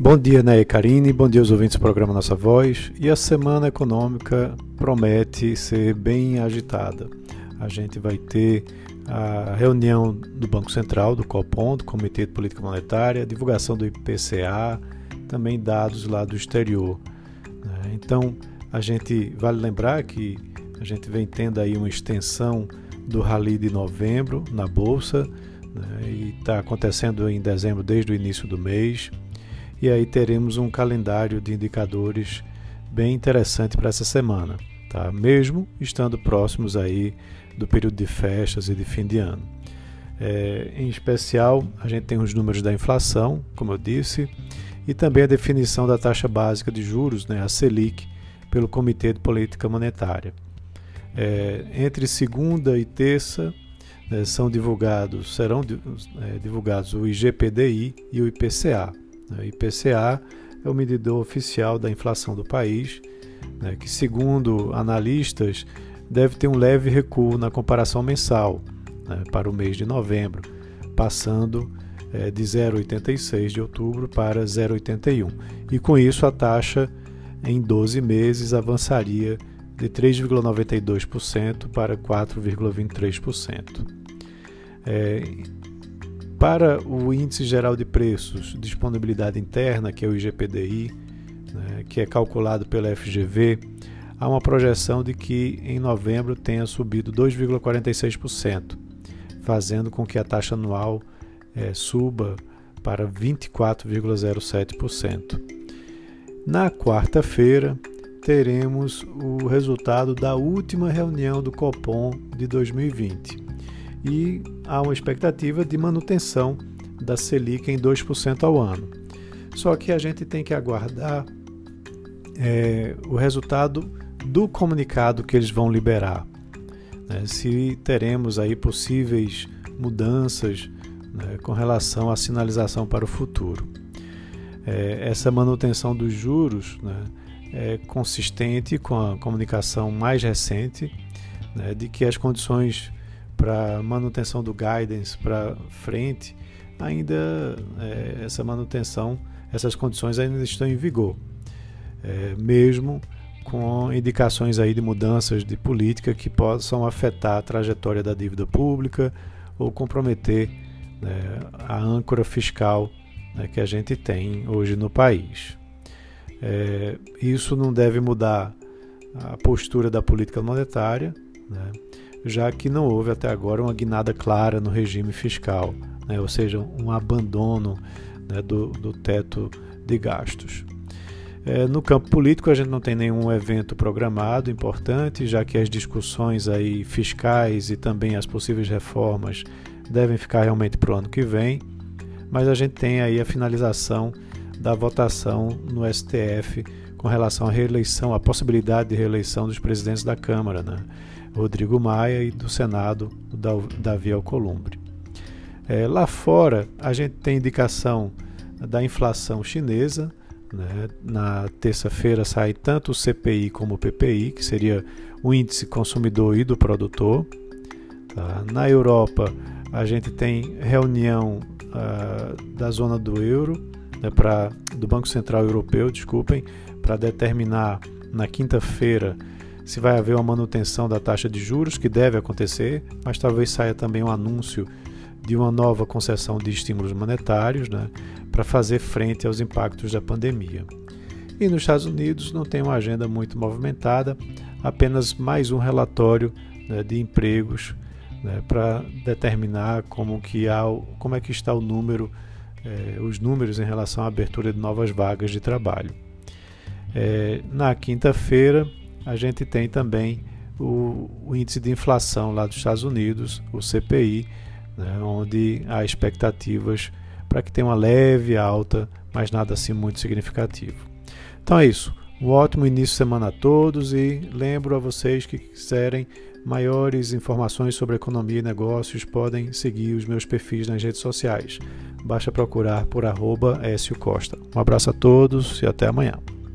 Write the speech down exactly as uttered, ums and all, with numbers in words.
Bom dia, Né e Karine, bom dia aos ouvintes do programa Nossa Voz. E a semana econômica promete ser bem agitada. A gente vai ter a reunião do Banco Central, do Copom, do Comitê de Política Monetária, divulgação do I P C A, também dados lá do exterior. Então, a gente vale lembrar que a gente vem tendo aí uma extensão do rally de novembro na Bolsa, né, e está acontecendo em dezembro desde o início do mês. E aí teremos um calendário de indicadores bem interessante para essa semana, tá? Mesmo estando próximos aí do período de festas e de fim de ano. É, em especial, a gente tem os números da inflação, como eu disse, e também a definição da taxa básica de juros, né, a Selic, pelo Comitê de Política Monetária. É, entre segunda e terça, né, são divulgados, serão é, divulgados o I G P D I e o I P C A. O I P C A é o medidor oficial da inflação do país, né, que, segundo analistas, deve ter um leve recuo na comparação mensal, né, para o mês de novembro, passando é, de zero vírgula oitenta e seis de outubro para zero vírgula oitenta e um. E com isso a taxa em doze meses avançaria de três vírgula noventa e dois por cento para quatro vírgula vinte e três por cento. É, Para o Índice Geral de Preços, Disponibilidade Interna, que é o I G P D I, né, que é calculado pela F G V, há uma projeção de que em novembro tenha subido dois vírgula quarenta e seis por cento, fazendo com que a taxa anual é, suba para vinte e quatro vírgula zero sete por cento. Na quarta-feira, teremos o resultado da última reunião do Copom de dois mil e vinte. E há uma expectativa de manutenção da Selic em dois por cento ao ano. Só que a gente tem que aguardar é, o resultado do comunicado que eles vão liberar, né, se teremos aí possíveis mudanças, né, com relação à sinalização para o futuro. É, essa manutenção dos juros, né, é consistente com a comunicação mais recente, né, de que as condições para manutenção do guidance para frente, ainda é, essa manutenção, essas condições ainda estão em vigor, é, mesmo com indicações aí de mudanças de política que possam afetar a trajetória da dívida pública ou comprometer, né, a âncora fiscal, né, que a gente tem hoje no país. É, isso não deve mudar a postura da política monetária, né, já que não houve até agora uma guinada clara no regime fiscal, né, ou seja, um abandono, né, do, do teto de gastos. É, no campo político, a gente não tem nenhum evento programado importante, já que as discussões aí fiscais e também as possíveis reformas devem ficar realmente para o ano que vem, mas a gente tem aí a finalização da votação no S T F com relação à reeleição, a possibilidade de reeleição dos presidentes da Câmara, né, Rodrigo Maia, e do Senado, o Davi Alcolumbre. É, lá fora, a gente tem indicação da inflação chinesa, né? Na terça-feira sai tanto o C P I como o P P I, que seria o índice consumidor e do produtor. Tá? Na Europa, a gente tem reunião uh, da zona do euro, né, pra, do Banco Central Europeu, desculpem, para determinar na quinta-feira se vai haver uma manutenção da taxa de juros, que deve acontecer, mas talvez saia também um anúncio de uma nova concessão de estímulos monetários, né, para fazer frente aos impactos da pandemia. E nos Estados Unidos não tem uma agenda muito movimentada, apenas mais um relatório, né, de empregos, né, para determinar como, que há, como é que está o número, eh, os números em relação à abertura de novas vagas de trabalho. Eh, na quinta-feira, a gente tem também o, o índice de inflação lá dos Estados Unidos, o C P I, né, onde há expectativas para que tenha uma leve alta, mas nada assim muito significativo. Então é isso. Um ótimo início de semana a todos e lembro a vocês que quiserem maiores informações sobre economia e negócios, podem seguir os meus perfis nas redes sociais. Basta procurar por arroba Écio Costa. Um abraço a todos e até amanhã.